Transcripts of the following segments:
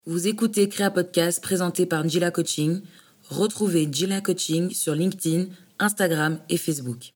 Vous écoutez Créa Podcast présenté par Njila Coaching. Retrouvez Njila Coaching sur LinkedIn, Instagram et Facebook.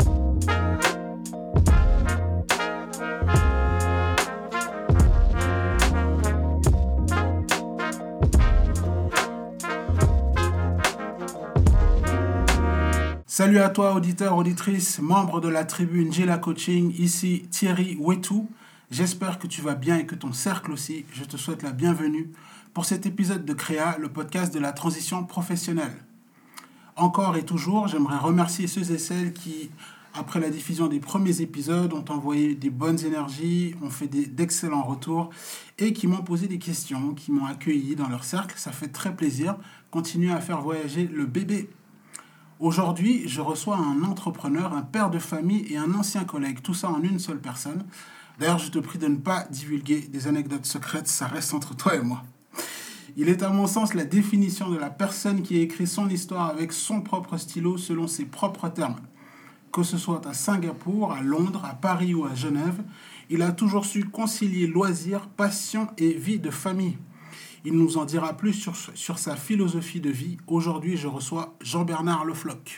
Salut à toi, auditeur, auditrice, membre de la tribu Njila Coaching, ici Thierry Wetou. J'espère que tu vas bien et que ton cercle aussi. Je te souhaite la bienvenue pour cet épisode de Créa, le podcast de la transition professionnelle. Encore et toujours, j'aimerais remercier ceux et celles qui, après la diffusion des premiers épisodes, ont envoyé des bonnes énergies, ont fait d'excellents retours et qui m'ont posé des questions, qui m'ont accueilli dans leur cercle. Ça fait très plaisir. Continuez à faire voyager le bébé. Aujourd'hui, je reçois un entrepreneur, un père de famille et un ancien collègue, tout ça en une seule personne. D'ailleurs, je te prie de ne pas divulguer des anecdotes secrètes, ça reste entre toi et moi. Il est à mon sens la définition de la personne qui a écrit son histoire avec son propre stylo selon ses propres termes. Que ce soit à Singapour, à Londres, à Paris ou à Genève, il a toujours su concilier loisirs, passion et vie de famille. Il nous en dira plus sur sa philosophie de vie. Aujourd'hui, je reçois Jean-Bernard Le Floch.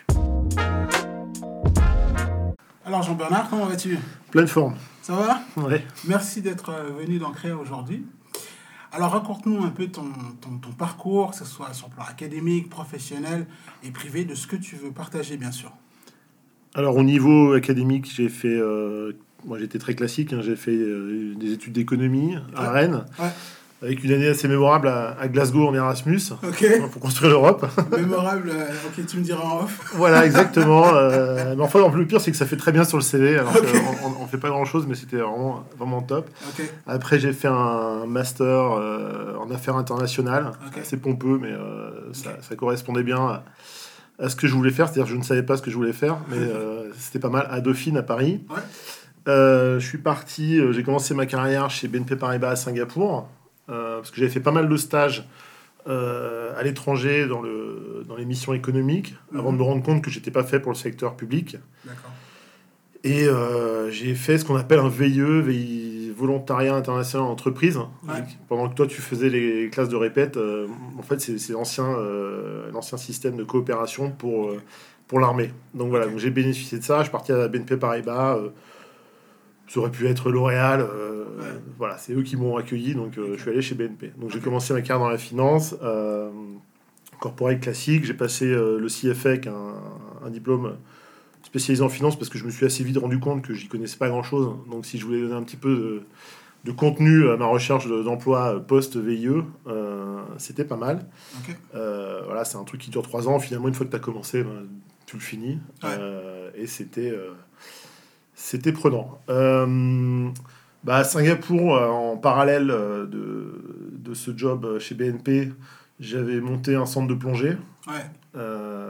Alors Jean-Bernard, comment vas-tu ? Pleine forme. Ça va ? Ouais. Merci d'être venu dans Créa aujourd'hui. Alors raconte-nous un peu ton parcours, que ce soit sur le plan académique, professionnel et privé, de ce que tu veux partager bien sûr. Alors au niveau académique, j'ai fait... moi j'étais très classique, j'ai fait des études d'économie à Rennes. Ouais. Avec une année assez mémorable à Glasgow en Erasmus, pour construire l'Europe. Mémorable, ok, tu me diras en off. Voilà, exactement. Mais enfin, le pire, c'est que ça fait très bien sur le CV, alors qu'on ne fait pas grand-chose, mais c'était vraiment top. Okay. Après, j'ai fait un master en affaires internationales, assez pompeux, mais ça correspondait bien à ce que je voulais faire. C'est-à-dire que je ne savais pas ce que je voulais faire, mais c'était pas mal, à Dauphine, à Paris. Ouais. Je suis parti, j'ai commencé ma carrière chez BNP Paribas à Singapour. Parce que j'avais fait pas mal de stages à l'étranger dans les missions économiques avant de me rendre compte que j'étais pas fait pour le secteur public. D'accord. Et j'ai fait ce qu'on appelle un VIE, volontariat international en entreprise. Ouais. Pendant que toi tu faisais les classes de répète, en fait c'est l'ancien système de coopération pour l'armée. Donc voilà, donc j'ai bénéficié de ça. Je suis parti à BNP Paribas. Ça aurait pu être L'Oréal, voilà, c'est eux qui m'ont accueilli, donc je suis allé chez BNP. Donc j'ai commencé ma carrière dans la finance, corporate classique, j'ai passé le CFA avec un diplôme spécialisé en finance parce que je me suis assez vite rendu compte que j'y connaissais pas grand-chose. Donc si je voulais donner un petit peu de contenu à ma recherche d'emploi post-VIE, c'était pas mal. Okay. Voilà, c'est un truc qui dure 3 ans, finalement une fois que tu as commencé, tu le finis. Ouais. Et c'était prenant. À Singapour, en parallèle de ce job chez BNP, j'avais monté un centre de plongée. Ouais.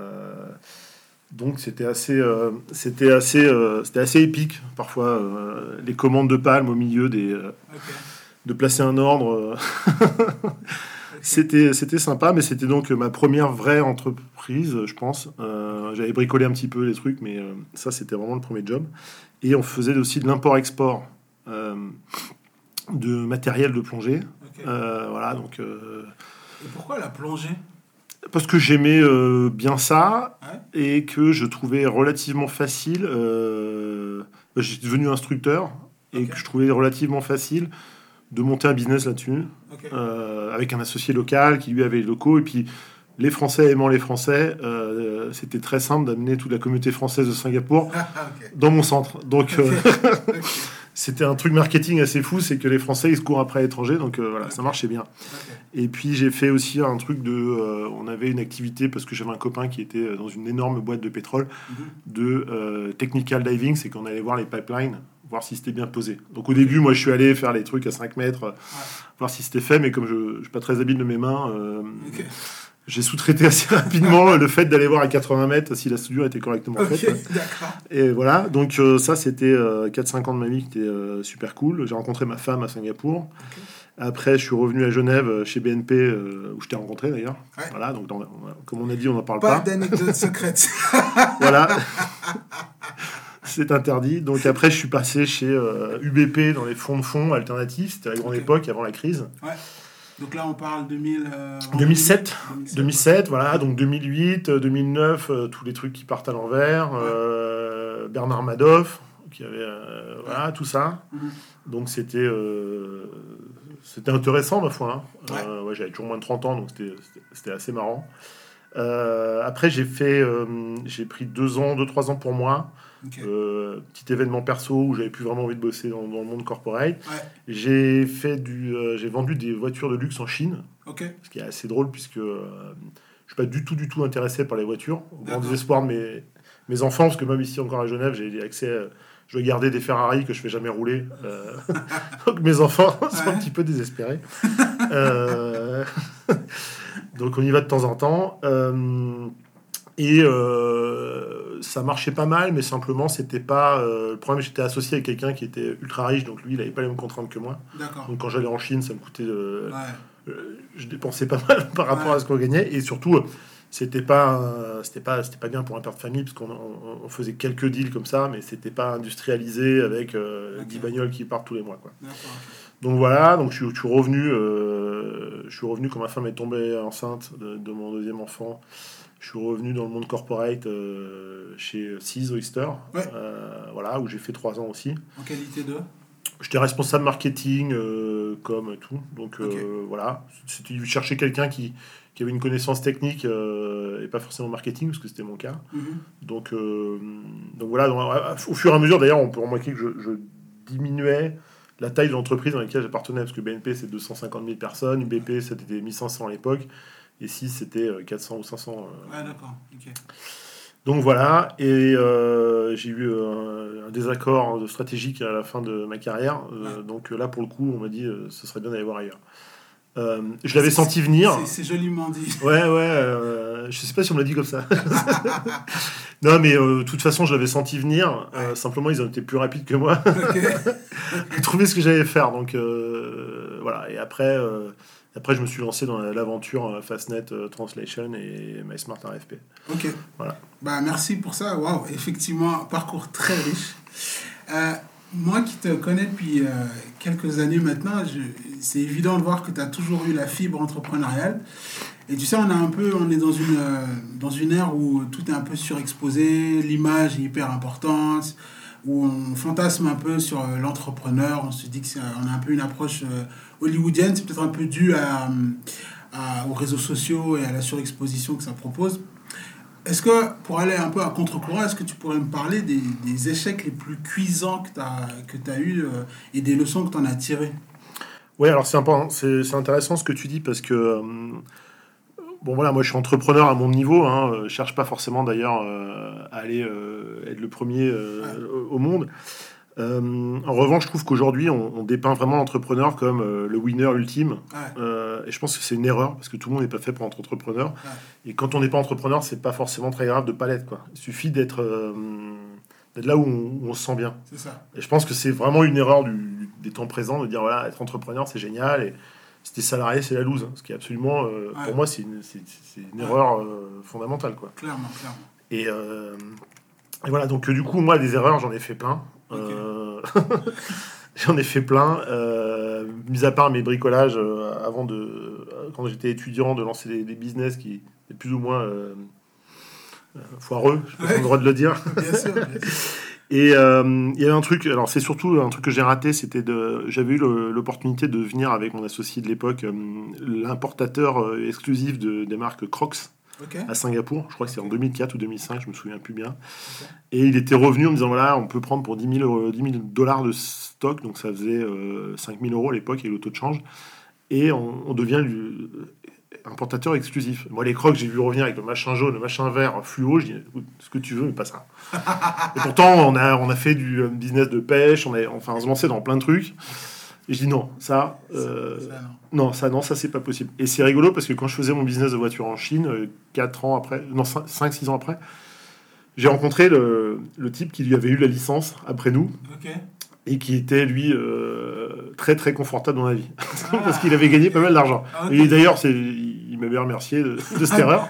Donc c'était assez épique parfois, les commandes de palme au milieu de placer un ordre. C'était sympa, mais c'était donc ma première vraie entreprise, je pense. J'avais bricolé un petit peu les trucs, mais ça, c'était vraiment le premier job. Et on faisait aussi de l'import-export de matériel de plongée. Okay. Voilà, donc... Et pourquoi la plongée ? Parce que j'aimais bien ça, ouais. Et que je trouvais relativement facile... j'étais devenu instructeur, et que je trouvais relativement facile de monter un business là-dessus, okay. Avec un associé local qui lui avait les locaux, et puis les Français aimant les Français, c'était très simple d'amener toute la communauté française de Singapour okay. Dans mon centre. Donc okay. C'était un truc marketing assez fou, c'est que les Français ils se courent après l'étranger, donc voilà, okay. Ça marchait bien. Okay. Et puis j'ai fait aussi un truc on avait une activité, parce que j'avais un copain qui était dans une énorme boîte de pétrole, de technical diving, c'est qu'on allait voir les pipelines, voir si c'était bien posé. Donc au début, moi, je suis allé faire les trucs à 5 mètres, voir si c'était fait, mais comme je ne suis pas très habile de mes mains, okay. J'ai sous-traité assez rapidement le fait d'aller voir à 80 mètres si la soudure était correctement faite. D'accord. Et voilà, donc ça, c'était 4-5 ans de ma vie qui était super cool. J'ai rencontré ma femme à Singapour. Okay. Après, je suis revenu à Genève, chez BNP, où je t'ai rencontré d'ailleurs. Ouais. Voilà, donc comme on a dit, on n'en parle pas. Pas d'anecdote secrète. Voilà. C'est interdit. Donc après, je suis passé chez UBP dans les fonds de fonds alternatifs. C'était la grande époque avant la crise. Ouais. Donc là, on parle 2007, voilà, donc 2008, 2009, tous les trucs qui partent à l'envers, Bernard Madoff, qui avait, voilà, tout ça. Donc c'était intéressant, ma foi. Hein. J'avais toujours moins de 30 ans, donc c'était assez marrant. Après, j'ai pris 2-3 ans pour moi. Petit événement perso où j'avais plus vraiment envie de bosser dans le monde corporate. J'ai vendu des voitures de luxe en Chine, ce qui est assez drôle puisque je suis pas du tout intéressé par les voitures, au grand désespoir de mes enfants, parce que même ici encore à Genève, j'ai accès. Je veux garder des Ferrari que je fais jamais rouler. Donc mes enfants sont un petit peu désespérés. Donc on y va de temps en temps. Ça marchait pas mal, mais simplement c'était pas le problème. J'étais associé avec quelqu'un qui était ultra riche, donc lui il avait pas les mêmes contraintes que moi. Donc quand j'allais en Chine, ça me coûtait je dépensais pas mal par rapport à ce qu'on gagnait, et surtout c'était pas bien pour un père de famille, parce qu'on faisait quelques deals comme ça, mais c'était pas industrialisé avec 10 bagnoles qui partent tous les mois, quoi. Donc voilà, donc je suis revenu quand ma femme est tombée enceinte de mon deuxième enfant. Je suis revenu dans le monde corporate chez Seas Oyster, voilà, où j'ai fait 3 ans aussi. En qualité de ? J'étais responsable marketing, comme tout. Donc voilà, c'était chercher quelqu'un qui avait une connaissance technique et pas forcément marketing, parce que c'était mon cas. Donc voilà, au fur et à mesure, d'ailleurs, on peut remarquer que je diminuais la taille de l'entreprise dans laquelle j'appartenais, parce que BNP c'est 250 000 personnes, UBP c'était 1500 à l'époque, et si c'était 400 ou 500. D'accord, ok. Donc voilà, et j'ai eu un désaccord stratégique à la fin de ma carrière. Donc là, pour le coup, on m'a dit ce serait bien d'aller voir ailleurs. Je l'avais senti venir. C'est joliment dit. Je sais pas si on me l'a dit comme ça. Non, mais de toute façon, je l'avais senti venir. Simplement, ils ont été plus rapides que moi. Ils trouvaient ce que j'allais faire. Donc voilà, et après, je me suis lancé dans l'aventure Fastnet Translation et MySmart RFP. Ok. Voilà. Bah, merci pour ça. Waouh, effectivement, un parcours très riche. Moi qui te connais depuis quelques années maintenant, c'est évident de voir que tu as toujours eu la fibre entrepreneuriale. Et tu sais, on est dans une ère où tout est un peu surexposé, l'image est hyper importante, où on fantasme un peu sur l'entrepreneur, on se dit qu'on a un peu une approche hollywoodienne, c'est peut-être un peu dû aux réseaux sociaux et à la surexposition que ça propose. Est-ce que, pour aller un peu à contre-courant, est-ce que tu pourrais me parler des échecs les plus cuisants que tu as eus et des leçons que tu en as tirées ? Oui, alors c'est intéressant ce que tu dis, parce que bon voilà, moi je suis entrepreneur à mon niveau, hein, je cherche pas forcément d'ailleurs à aller être le premier au monde. En revanche, je trouve qu'aujourd'hui on dépeint vraiment l'entrepreneur comme le winner ultime, et je pense que c'est une erreur, parce que tout le monde n'est pas fait pour être entrepreneur, et quand on n'est pas entrepreneur, c'est pas forcément très grave de pas l'être, quoi. Il suffit d'être là où on se sent bien. C'est ça. Et je pense que c'est vraiment une erreur des temps présents, de dire voilà, être entrepreneur c'est génial, et si t'es salarié c'est la loose, hein, ce qui est absolument pour moi c'est une erreur fondamentale, quoi. Clairement. Et voilà, donc du coup moi des erreurs j'en ai fait plein. J'en ai fait plein, mis à part mes bricolages quand j'étais étudiant, de lancer des business qui étaient plus ou moins foireux, je n'ai pas le droit de le dire. Bien sûr. Et il y avait un truc, alors c'est surtout un truc que j'ai raté, j'avais eu l'opportunité de venir avec mon associé de l'époque, l'importateur exclusif des marques Crocs. À Singapour, je crois que c'est en 2004 ou 2005, je me souviens plus bien. Et il était revenu en me disant voilà, on peut prendre pour 10 000 $ de stock, donc ça faisait 5 000 € à l'époque avec le taux de change, et on devient importateur exclusif. Moi, les Crocs, j'ai vu revenir avec le machin jaune, le machin vert fluo, je dis ce que tu veux, mais pas ça. Et pourtant, on a fait du business de pêche, on se lançait dans plein de trucs. Et je dis non, ça c'est pas possible. Et c'est rigolo parce que quand je faisais mon business de voiture en Chine, 5-6 ans après, j'ai rencontré le type qui lui avait eu la licence après nous, et qui était lui très très confortable dans la vie parce qu'il avait gagné pas mal d'argent. Et d'ailleurs, il m'avait remercié de cette erreur.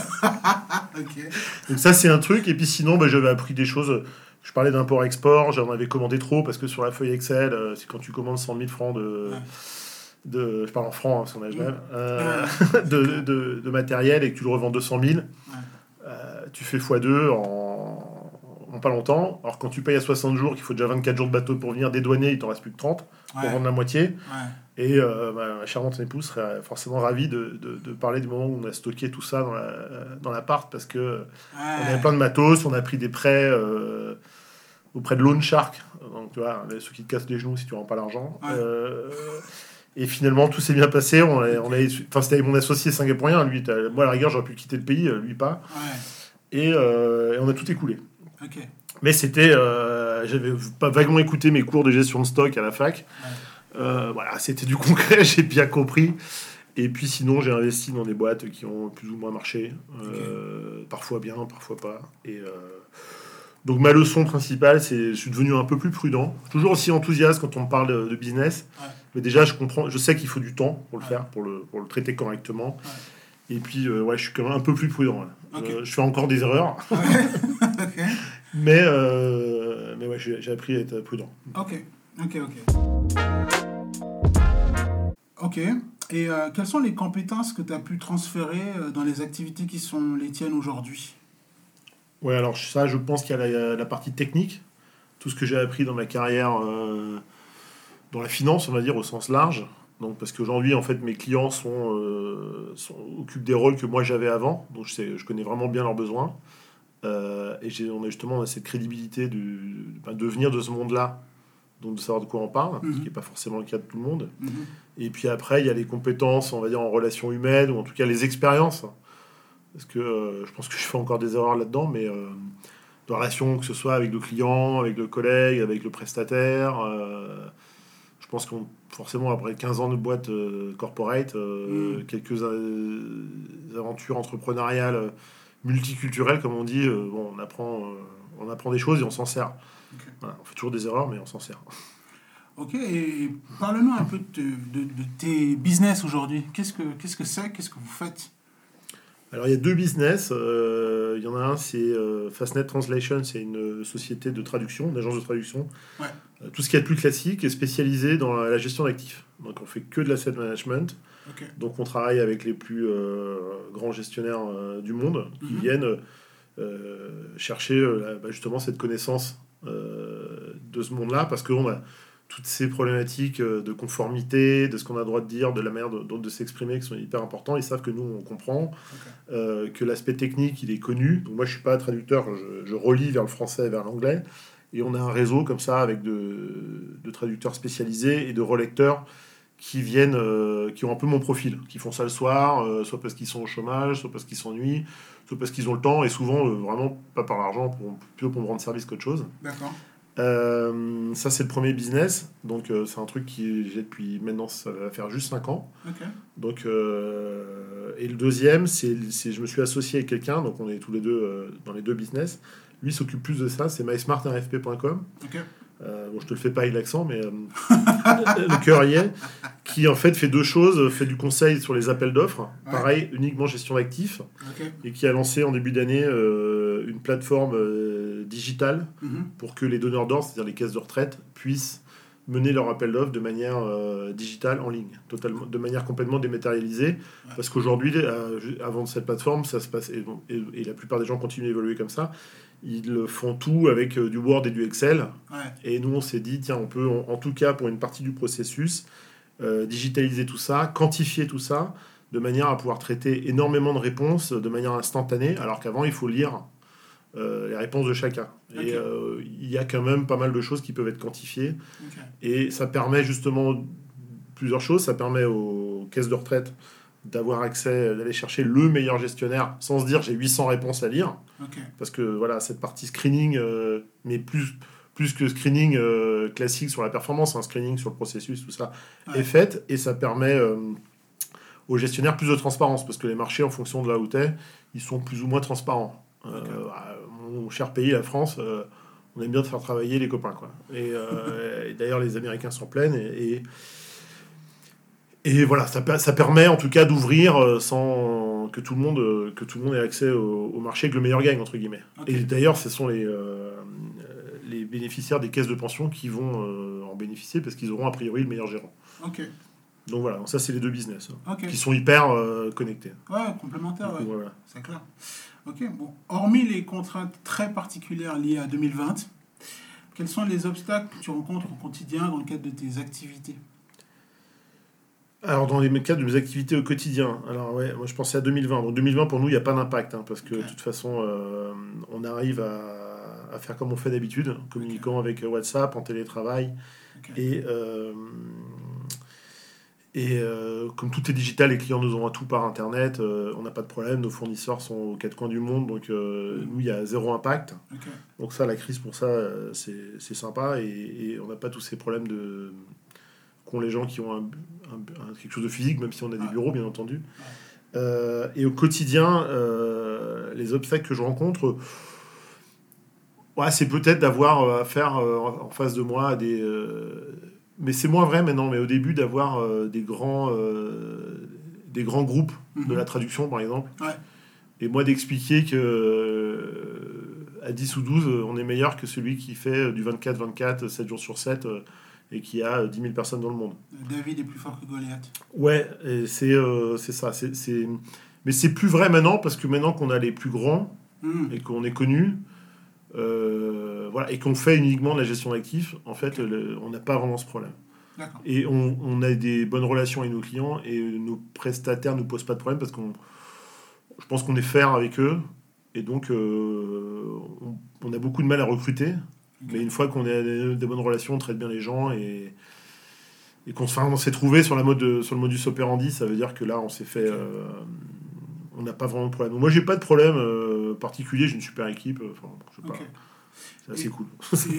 Donc ça c'est un truc. Et puis sinon, j'avais appris des choses. Je parlais d'import-export, j'en avais commandé trop, parce que sur la feuille Excel, c'est quand tu commandes 100 000 francs je parle en francs, parce qu'on a Genève, de matériel et que tu le revends 200 000, tu fais x2 en pas longtemps. Alors quand tu payes à 60 jours, qu'il faut déjà 24 jours de bateau pour venir dédouaner, il t'en reste plus que 30 pour vendre la moitié. Et ma charmante épouse serait forcément ravie de parler du moment où on a stocké tout ça dans l'appart, parce que on avait plein de matos, on a pris des prêts auprès de Loan Shark, donc tu vois, ceux qui te cassent les genoux si tu rends pas l'argent. Et finalement, tout s'est bien passé. C'était avec mon associé singapourien. Lui, moi, à la rigueur, j'aurais pu quitter le pays, lui pas. Et on a tout écoulé. Mais c'était... j'avais pas vaguement écouté mes cours de gestion de stock à la fac. Voilà, c'était du concret, j'ai bien compris. Et puis sinon, j'ai investi dans des boîtes qui ont plus ou moins marché. Parfois bien, parfois pas. Donc ma leçon principale, c'est je suis devenu un peu plus prudent. Toujours aussi enthousiaste quand on me parle de business. Mais déjà, je sais qu'il faut du temps pour le faire, pour le traiter correctement. Et puis, je suis quand même un peu plus prudent. Je fais encore des erreurs. Mais j'ai appris à être prudent. Ok. Et quelles sont les compétences que tu as pu transférer dans les activités qui sont les tiennes aujourd'hui ? Ouais, alors ça, je pense qu'il y a la partie technique. Tout ce que j'ai appris dans ma carrière dans la finance, on va dire, au sens large. Donc, parce qu'aujourd'hui, en fait, mes clients occupent des rôles que moi j'avais avant. Donc, je connais vraiment bien leurs besoins. Et on a cette crédibilité de venir de ce monde-là, donc de savoir de quoi on parle, ce qui n'est pas forcément le cas de tout le monde. Et puis après, il y a les compétences, on va dire, en relations humaines, ou en tout cas les expériences. Parce que je pense que je fais encore des erreurs là-dedans, mais de relations, que ce soit avec le client, avec le collègue, avec le prestataire. Je pense qu'on forcément, après 15 ans de boîte corporate, quelques aventures entrepreneuriales multiculturelles, comme on dit, on apprend des choses et on s'en sert. Voilà, on fait toujours des erreurs, mais on s'en sert. Ok, et parle-nous un peu de tes business aujourd'hui. Qu'est-ce que c'est ? Qu'est-ce que vous faites ? Alors, il y a deux business. Il y en a un, c'est Fastnet Translation, c'est une société de traduction, une agence de traduction. Tout ce qui est plus classique est spécialisé dans la gestion d'actifs. Donc, on fait que de l'asset management. Donc, on travaille avec les plus grands gestionnaires du monde qui viennent chercher justement cette connaissance de ce monde-là, parce qu'on a toutes ces problématiques de conformité, de ce qu'on a le droit de dire, de la manière de s'exprimer, qui sont hyper importants. Ils savent que nous, on comprend, que l'aspect technique, il est connu. Donc moi, je ne suis pas traducteur, je relis vers le français et vers l'anglais. Et on a un réseau comme ça, avec de traducteurs spécialisés et de relecteurs qui viennent, qui ont un peu mon profil, qui font ça le soir, soit parce qu'ils sont au chômage, soit parce qu'ils s'ennuient, soit parce qu'ils ont le temps, et souvent, vraiment, pas par l'argent, plutôt pour me rendre service qu'autre chose. D'accord. Ça, c'est le premier business. Donc, c'est un truc qui j'ai depuis maintenant, ça va faire juste 5 ans. Donc, et le deuxième, c'est je me suis associé avec quelqu'un, donc on est tous les deux dans les deux business. Lui s'occupe plus de ça, c'est mysmartrfp.com. Bon, je te le fais pas avec l'accent, mais le cœur y est. Qui en fait deux choses, fait du conseil sur les appels d'offres, pareil, uniquement gestion d'actifs, et qui a lancé en début d'année une plateforme digitale pour que les donneurs d'ordre, c'est-à-dire les caisses de retraite, puissent mener leur appel d'offres de manière digitale en ligne, de manière complètement dématérialisée, parce qu'aujourd'hui, avant cette plateforme, ça se passe, et la plupart des gens continuent à évoluer comme ça. Ils font tout avec du Word et du Excel. Et nous, on s'est dit, tiens, on peut, en tout cas, pour une partie du processus, digitaliser tout ça, quantifier tout ça, de manière à pouvoir traiter énormément de réponses de manière instantanée, alors qu'avant, il faut lire les réponses de chacun. Et il y a quand même pas mal de choses qui peuvent être quantifiées. Et ça permet justement plusieurs choses. Ça permet aux caisses de retraite d'avoir accès, d'aller chercher le meilleur gestionnaire sans se dire j'ai 800 réponses à lire. Parce que voilà, cette partie screening, mais plus que screening classique sur la performance, un screening sur le processus, tout ça est faite, et ça permet aux gestionnaires plus de transparence, parce que les marchés, en fonction de là où t'es, ils sont plus ou moins transparents. Mon cher pays, la France, on aime bien de faire travailler les copains, quoi. Et d'ailleurs, les Américains s'en plaignent, et voilà, ça permet en tout cas d'ouvrir sans que tout le monde ait accès au marché, que le meilleur gagne, entre guillemets. Et d'ailleurs, ce sont les bénéficiaires des caisses de pension qui vont en bénéficier, parce qu'ils auront a priori le meilleur gérant. Donc voilà, ça c'est les deux business okay. qui sont hyper connectés. Ouais, complémentaires, ouais. Voilà. C'est clair. Ok, bon. Hormis les contraintes très particulières liées à 2020, quels sont les obstacles que tu rencontres au quotidien dans le cadre de tes activités ? Alors, dans les cadres de mes activités au quotidien, alors ouais, moi je pensais à 2020. Donc 2020, pour nous, il n'y a pas d'impact, parce que de toute façon, on arrive à faire comme on fait d'habitude, en communiquant avec WhatsApp, en télétravail, et comme tout est digital, les clients nous envoient tout par Internet, on n'a pas de problème, nos fournisseurs sont aux quatre coins du monde, donc nous, il y a zéro impact. Donc ça, la crise, pour ça, c'est sympa, et on n'a pas tous ces problèmes qu'ont les gens qui ont quelque chose de physique, même si on a des bureaux, bien entendu. Et au quotidien, les obstacles que je rencontre, c'est peut-être d'avoir affaire en face de moi à des... mais c'est moins vrai maintenant, mais au début, d'avoir des grands groupes de la traduction, par exemple. Ouais. Et moi, d'expliquer que à 10 ou 12, on est meilleur que celui qui fait du 24-24, 7 jours sur 7... et qui a 10 000 personnes dans le monde. David est plus fort que Goliath. Ouais, et c'est ça. Mais c'est plus vrai maintenant, parce que maintenant qu'on a les plus grands, et qu'on est connus, voilà, et qu'on fait uniquement de la gestion d'actifs, en fait, on n'a pas vraiment ce problème. D'accord. Et on a des bonnes relations avec nos clients, et nos prestataires ne nous posent pas de problème, parce je pense qu'on est fair avec eux, et donc on a beaucoup de mal à recruter. Mais une fois qu'on a des bonnes relations, on traite bien les gens et qu'on s'est trouvé sur le modus operandi, ça veut dire que là, on s'est fait... on n'a pas vraiment de problème. Moi, j'ai pas de problème particulier, j'ai une super équipe. Je sais pas. C'est assez cool.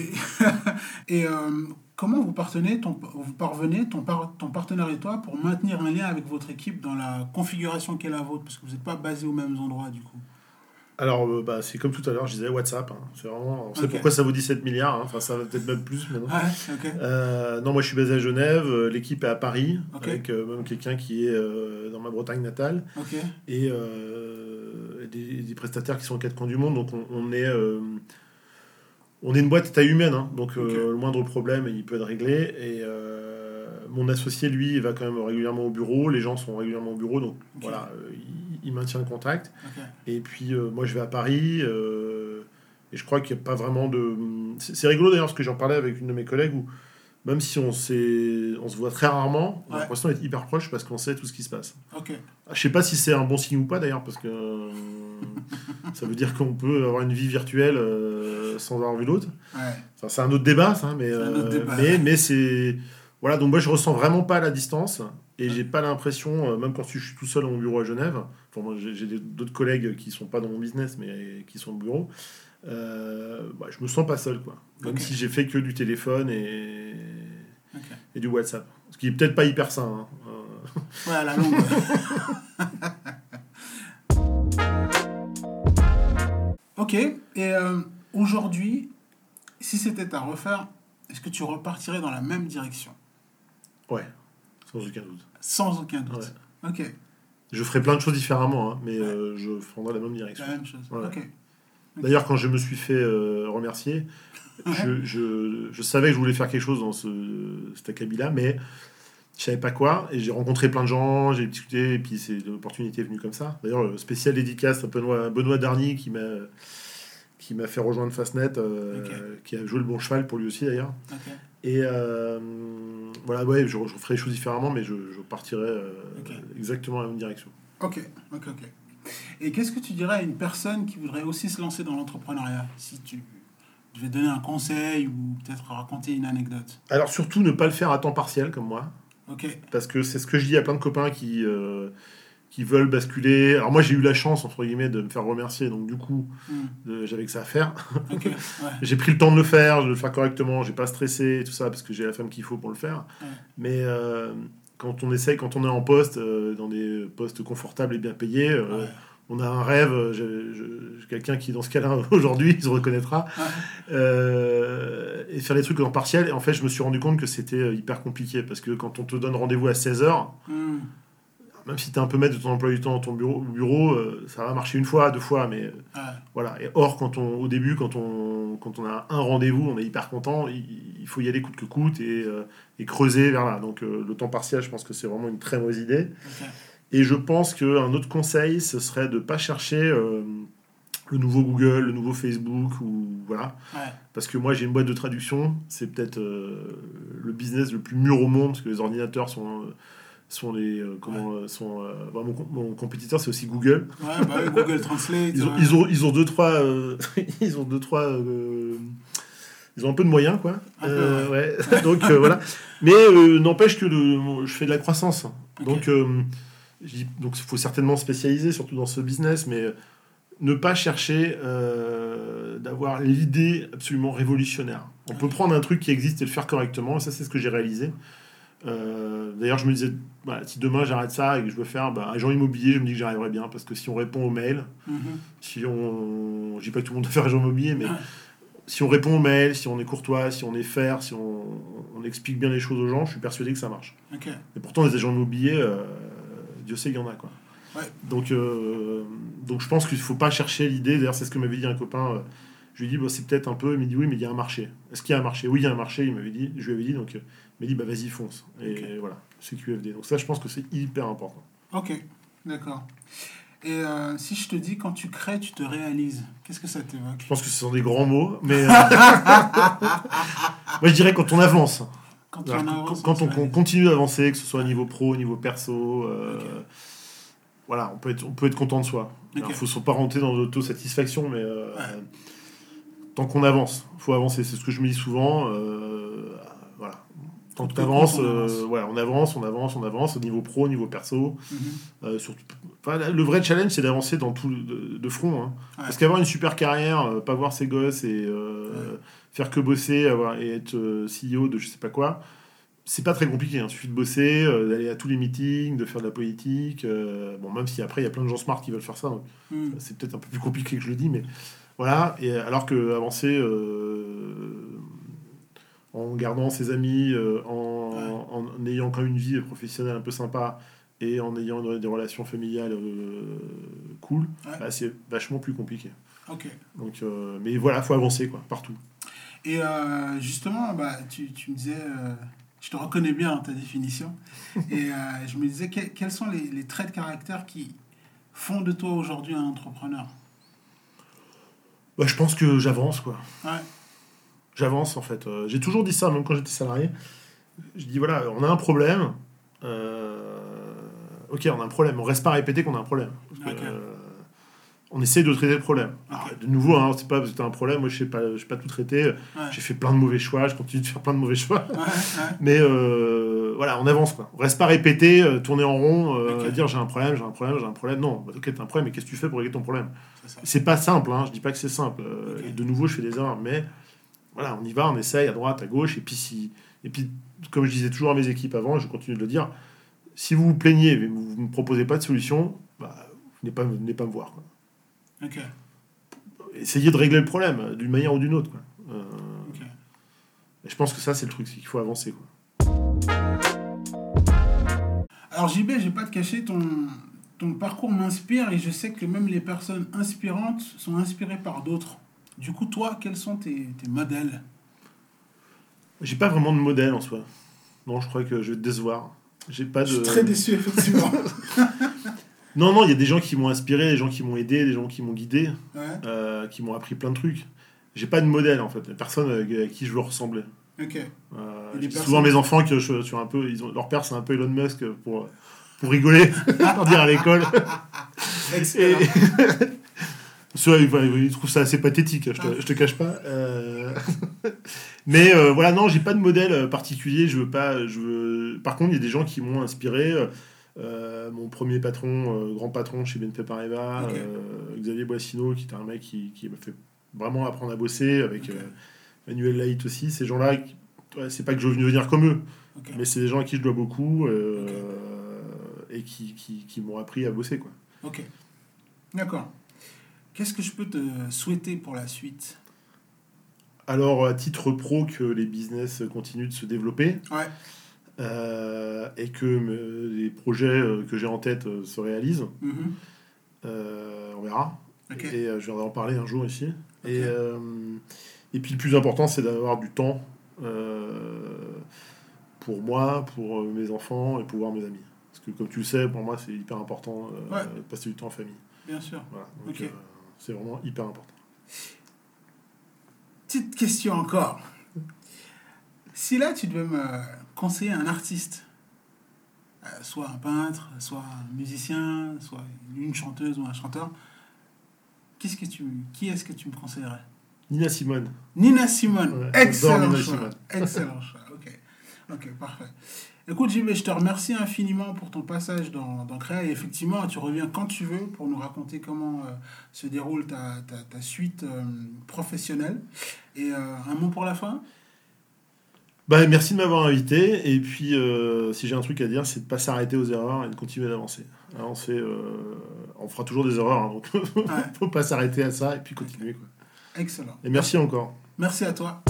Et comment vous parvenez, ton partenaire et toi, pour maintenir un lien avec votre équipe dans la configuration qu'est la vôtre ? Parce que vous n'êtes pas basés aux mêmes endroits, du coup. Alors, c'est comme tout à l'heure, je disais WhatsApp. C'est vraiment... On sait pourquoi ça vaut 17 milliards. Enfin, ça va peut-être même plus maintenant. Non, moi, je suis basé à Genève. L'équipe est à Paris, avec même quelqu'un qui est dans ma Bretagne natale. Et des prestataires qui sont aux quatre coins du monde. Donc, on est une boîte à taille humaine. Donc, le moindre problème, il peut être réglé. Et mon associé, lui, il va quand même régulièrement au bureau. Les gens sont régulièrement au bureau. Donc, voilà... il maintient le contact. Et puis moi je vais à Paris et je crois qu'il n'y a pas vraiment de... C'est rigolo d'ailleurs, parce que j'en parlais avec une de mes collègues où même si on se voit très rarement, on a l'impression d'être hyper proche parce qu'on sait tout ce qui se passe. Je sais pas si c'est un bon signe ou pas d'ailleurs, parce que ça veut dire qu'on peut avoir une vie virtuelle sans avoir vu l'autre. Enfin, c'est un autre débat, ça, mais c'est... Voilà, donc moi je ressens vraiment pas la distance, et j'ai pas l'impression, même quand je suis tout seul dans mon bureau à Genève, enfin moi j'ai d'autres collègues qui sont pas dans mon business mais qui sont au bureau, je me sens pas seul, quoi. Même si j'ai fait que du téléphone et du WhatsApp, ce qui est peut-être pas hyper sain. Ouais, à la longue. Ok, et aujourd'hui, si c'était à refaire, est-ce que tu repartirais dans la même direction ? Ouais, sans aucun doute. Sans aucun doute. Ouais. Ok. Je ferais plein de choses différemment, mais je prendrais la même direction. La même chose. Ouais. Ok. D'ailleurs, quand je me suis fait remercier, je savais que je voulais faire quelque chose dans cet acabit-là, mais je savais pas quoi. Et j'ai rencontré plein de gens, j'ai discuté, et puis l'opportunité est venue comme ça. D'ailleurs, spécial dédicace à Benoît Darny qui m'a fait rejoindre Fastnet, qui a joué le bon cheval pour lui aussi d'ailleurs. Et voilà, je ferai les choses différemment, mais je partirai exactement dans la même direction. Ok. Et qu'est-ce que tu dirais à une personne qui voudrait aussi se lancer dans l'entrepreneuriat, si tu devais donner un conseil ou peut-être raconter une anecdote ? Alors surtout, ne pas le faire à temps partiel comme moi. Parce que c'est ce que je dis à plein de copains qui veulent basculer. Alors moi j'ai eu la chance entre guillemets de me faire remercier, donc du coup j'avais que ça à faire. J'ai pris le temps de le faire correctement, j'ai pas stressé et tout ça parce que j'ai la femme qu'il faut pour le faire. Mais quand on est en poste, dans des postes confortables et bien payés, on a un rêve. J'ai quelqu'un qui dans ce cas-là aujourd'hui il se reconnaîtra, et faire des trucs en partiel. Et en fait je me suis rendu compte que c'était hyper compliqué, parce que quand on te donne rendez-vous à 16h, même si tu es un peu maître de ton emploi du temps dans ton bureau, ça va marcher une fois, deux fois, mais voilà. Et or, au début, quand on quand on a un rendez-vous, on est hyper content. Il faut y aller coûte que coûte et creuser vers là. Donc le temps partiel, je pense que c'est vraiment une très mauvaise idée. Okay. Et je pense qu'un autre conseil, ce serait de ne pas chercher le nouveau Google, le nouveau Facebook, voilà. Ouais. Parce que moi, j'ai une boîte de traduction. C'est peut-être le business le plus mûr au monde, parce que les ordinateurs sont mon compétiteur, c'est aussi Google. Ouais, bah oui, Google Translate. Ils ont deux trois ils ont un peu de moyens, quoi. Ouais. Donc voilà. Mais n'empêche que je fais de la croissance. Okay. Donc il faut certainement spécialiser, surtout dans ce business, mais ne pas chercher d'avoir l'idée absolument révolutionnaire. On peut prendre un truc qui existe et le faire correctement, et ça, c'est ce que j'ai réalisé. D'ailleurs, je me disais, si demain j'arrête ça et que je veux faire agent immobilier, je me dis que j'y arriverai bien, parce que si on répond aux mails, si on... Je dis pas que tout le monde doit faire agent immobilier, mais si on répond aux mails, si on est courtois, si on est fair, si on explique bien les choses aux gens, je suis persuadé que ça marche. Okay. Et pourtant, les agents immobiliers, Dieu sait qu'il y en a, quoi. Ouais. Donc je pense qu'il ne faut pas chercher l'idée. D'ailleurs, c'est ce que m'avait dit un copain. Je lui ai dit, c'est peut-être un peu. Il m'a dit, oui, mais il y a un marché. Est-ce qu'il y a un marché ? Oui, il y a un marché, je lui avais dit. Donc, il m'a dit, vas-y, fonce. Et voilà, c'est QFD. Donc ça, je pense que c'est hyper important. Ok, d'accord. Et si je te dis, quand tu crées, tu te réalises, qu'est-ce que ça t'évoque ? Je pense que ce sont des grands mots, mais... moi, je dirais quand on avance. Quand on continue d'avancer, que ce soit au niveau pro, au niveau perso... Voilà, on peut être content de soi. Il ne faut pas rentrer dans l'autosatisfaction, mais tant qu'on avance, il faut avancer. C'est ce que je me dis souvent. Voilà. Tant que tu avances, on avance au niveau pro, au niveau perso. Surtout, le vrai challenge, c'est d'avancer dans tout de front. Hein. Ouais. Parce qu'avoir une super carrière, pas voir ses gosses et faire que bosser et être CEO de je sais pas quoi, c'est pas très compliqué, il suffit de bosser, d'aller à tous les meetings, de faire de la politique. Même si après il y a plein de gens smart qui veulent faire ça, donc c'est peut-être un peu plus compliqué que je le dis, mais voilà. Et alors que avancer en gardant ses amis, en ayant quand même une vie professionnelle un peu sympa et en ayant des relations familiales cool, c'est vachement plus compliqué. Okay. Donc, mais voilà, faut avancer quoi, partout. Et justement, tu me disais. Je te reconnais bien dans ta définition. Et je me disais, quels sont les traits de caractère qui font de toi aujourd'hui un entrepreneur ? Je pense que j'avance, quoi. Ouais. J'avance, en fait. J'ai toujours dit ça, même quand j'étais salarié. Je dis, voilà, on a un problème. Ok, on a un problème. On reste pas à répéter qu'on a un problème. Parce que, on essaie de traiter le problème. Okay. Alors, de nouveau, c'est pas parce que tu as un problème, moi je sais pas tout traiter, j'ai fait plein de mauvais choix, je continue de faire plein de mauvais choix, mais voilà, on avance quoi. On reste pas répéter, tourner en rond, à dire j'ai un problème, non, ok t'as un problème, mais qu'est-ce que tu fais pour régler ton problème ? C'est pas simple, je dis pas que c'est simple, et de nouveau je fais des erreurs, mais voilà, on y va, on essaye à droite, à gauche, et puis comme je disais toujours à mes équipes avant, je continue de le dire, si vous vous plaignez, mais vous me proposez pas de solution, venez pas me voir quoi. Okay. Essayez de régler le problème d'une manière ou d'une autre. Quoi. Et je pense que ça, c'est le truc, c'est qu'il faut avancer. Quoi. Alors JB, je vais pas te cacher, ton parcours m'inspire et je sais que même les personnes inspirantes sont inspirées par d'autres. Du coup, toi, quels sont tes modèles ? J'ai pas vraiment de modèle en soi. Non, je crois que je vais te décevoir. Je suis très déçu, effectivement. Non, il y a des gens qui m'ont inspiré, des gens qui m'ont aidé, des gens qui m'ont guidé, qui m'ont appris plein de trucs. J'ai pas de modèle, en fait. Il y a personne à qui je veux ressembler. Ok. Souvent, mes enfants, sur un peu, leur père, c'est un peu Elon Musk pour rigoler, pour dire à l'école. Excellent. Ils trouvent ça assez pathétique, je te cache pas. Mais voilà, non, j'ai pas de modèle particulier. Par contre, il y a des gens qui m'ont inspiré. Mon premier patron, grand patron chez BNP Paribas, Xavier Boissino, qui était un mec qui m'a fait vraiment apprendre à bosser, avec Manuel Laït aussi. Ces gens-là, c'est pas que je veux venir comme eux, mais c'est des gens à qui je dois beaucoup et qui m'ont appris à bosser. Quoi. Ok, d'accord. Qu'est-ce que je peux te souhaiter pour la suite ? Alors, à titre pro, que les business continuent de se développer. Ouais. Et que les projets que j'ai en tête se réalisent. On verra. Okay. Et je viendrai en parler un jour ici. Okay. Et puis le plus important, c'est d'avoir du temps pour moi, pour mes enfants et pour voir mes amis. Parce que comme tu le sais, pour moi, c'est hyper important de passer du temps en famille. Bien sûr. Voilà, donc, c'est vraiment hyper important. Petite question encore. Si là, tu devais me conseiller un artiste, soit un peintre, soit un musicien, soit une chanteuse ou un chanteur, qui est-ce que tu me conseillerais? Nina Simone. Nina Simone. Ouais, excellent Nina choix. Simone. Excellent choix. Ok, parfait. Écoute, JB, je te remercie infiniment pour ton passage dans Créa. Et effectivement, tu reviens quand tu veux pour nous raconter comment se déroule ta suite professionnelle. Et un mot pour la fin? Merci de m'avoir invité. Et puis, si j'ai un truc à dire, c'est de ne pas s'arrêter aux erreurs et de continuer d'avancer. On fera toujours des erreurs, hein, donc il ne faut pas s'arrêter à ça et puis continuer. Quoi. Excellent. Et merci encore. Merci à toi.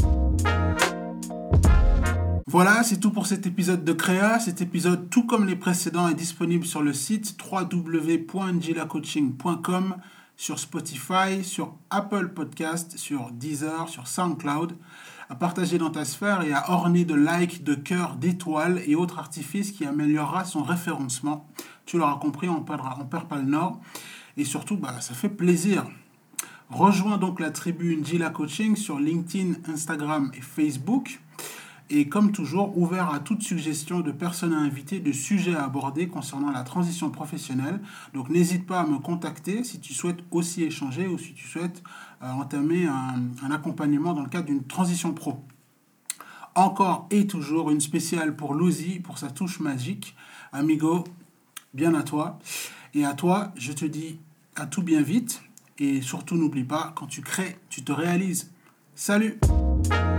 Voilà, c'est tout pour cet épisode de Créa. Cet épisode, tout comme les précédents, est disponible sur le site www.njilacoaching.com, sur Spotify, sur Apple Podcast, sur Deezer, sur SoundCloud. À partager dans ta sphère et à orner de likes, de cœurs, d'étoiles et autres artifices qui améliorera son référencement. Tu l'auras compris, on perd pas le nord. Et surtout, ça fait plaisir. Rejoins donc la tribu Njila Coaching sur LinkedIn, Instagram et Facebook. Et comme toujours, ouvert à toute suggestion de personnes à inviter, de sujets à aborder concernant la transition professionnelle. Donc n'hésite pas à me contacter si tu souhaites aussi échanger ou si tu souhaites entamer un accompagnement dans le cadre d'une transition pro. Encore et toujours une spéciale pour Louzi, pour sa touche magique. Amigo, bien à toi. Et à toi, je te dis à tout bien vite. Et surtout, n'oublie pas, quand tu crées, tu te réalises. Salut!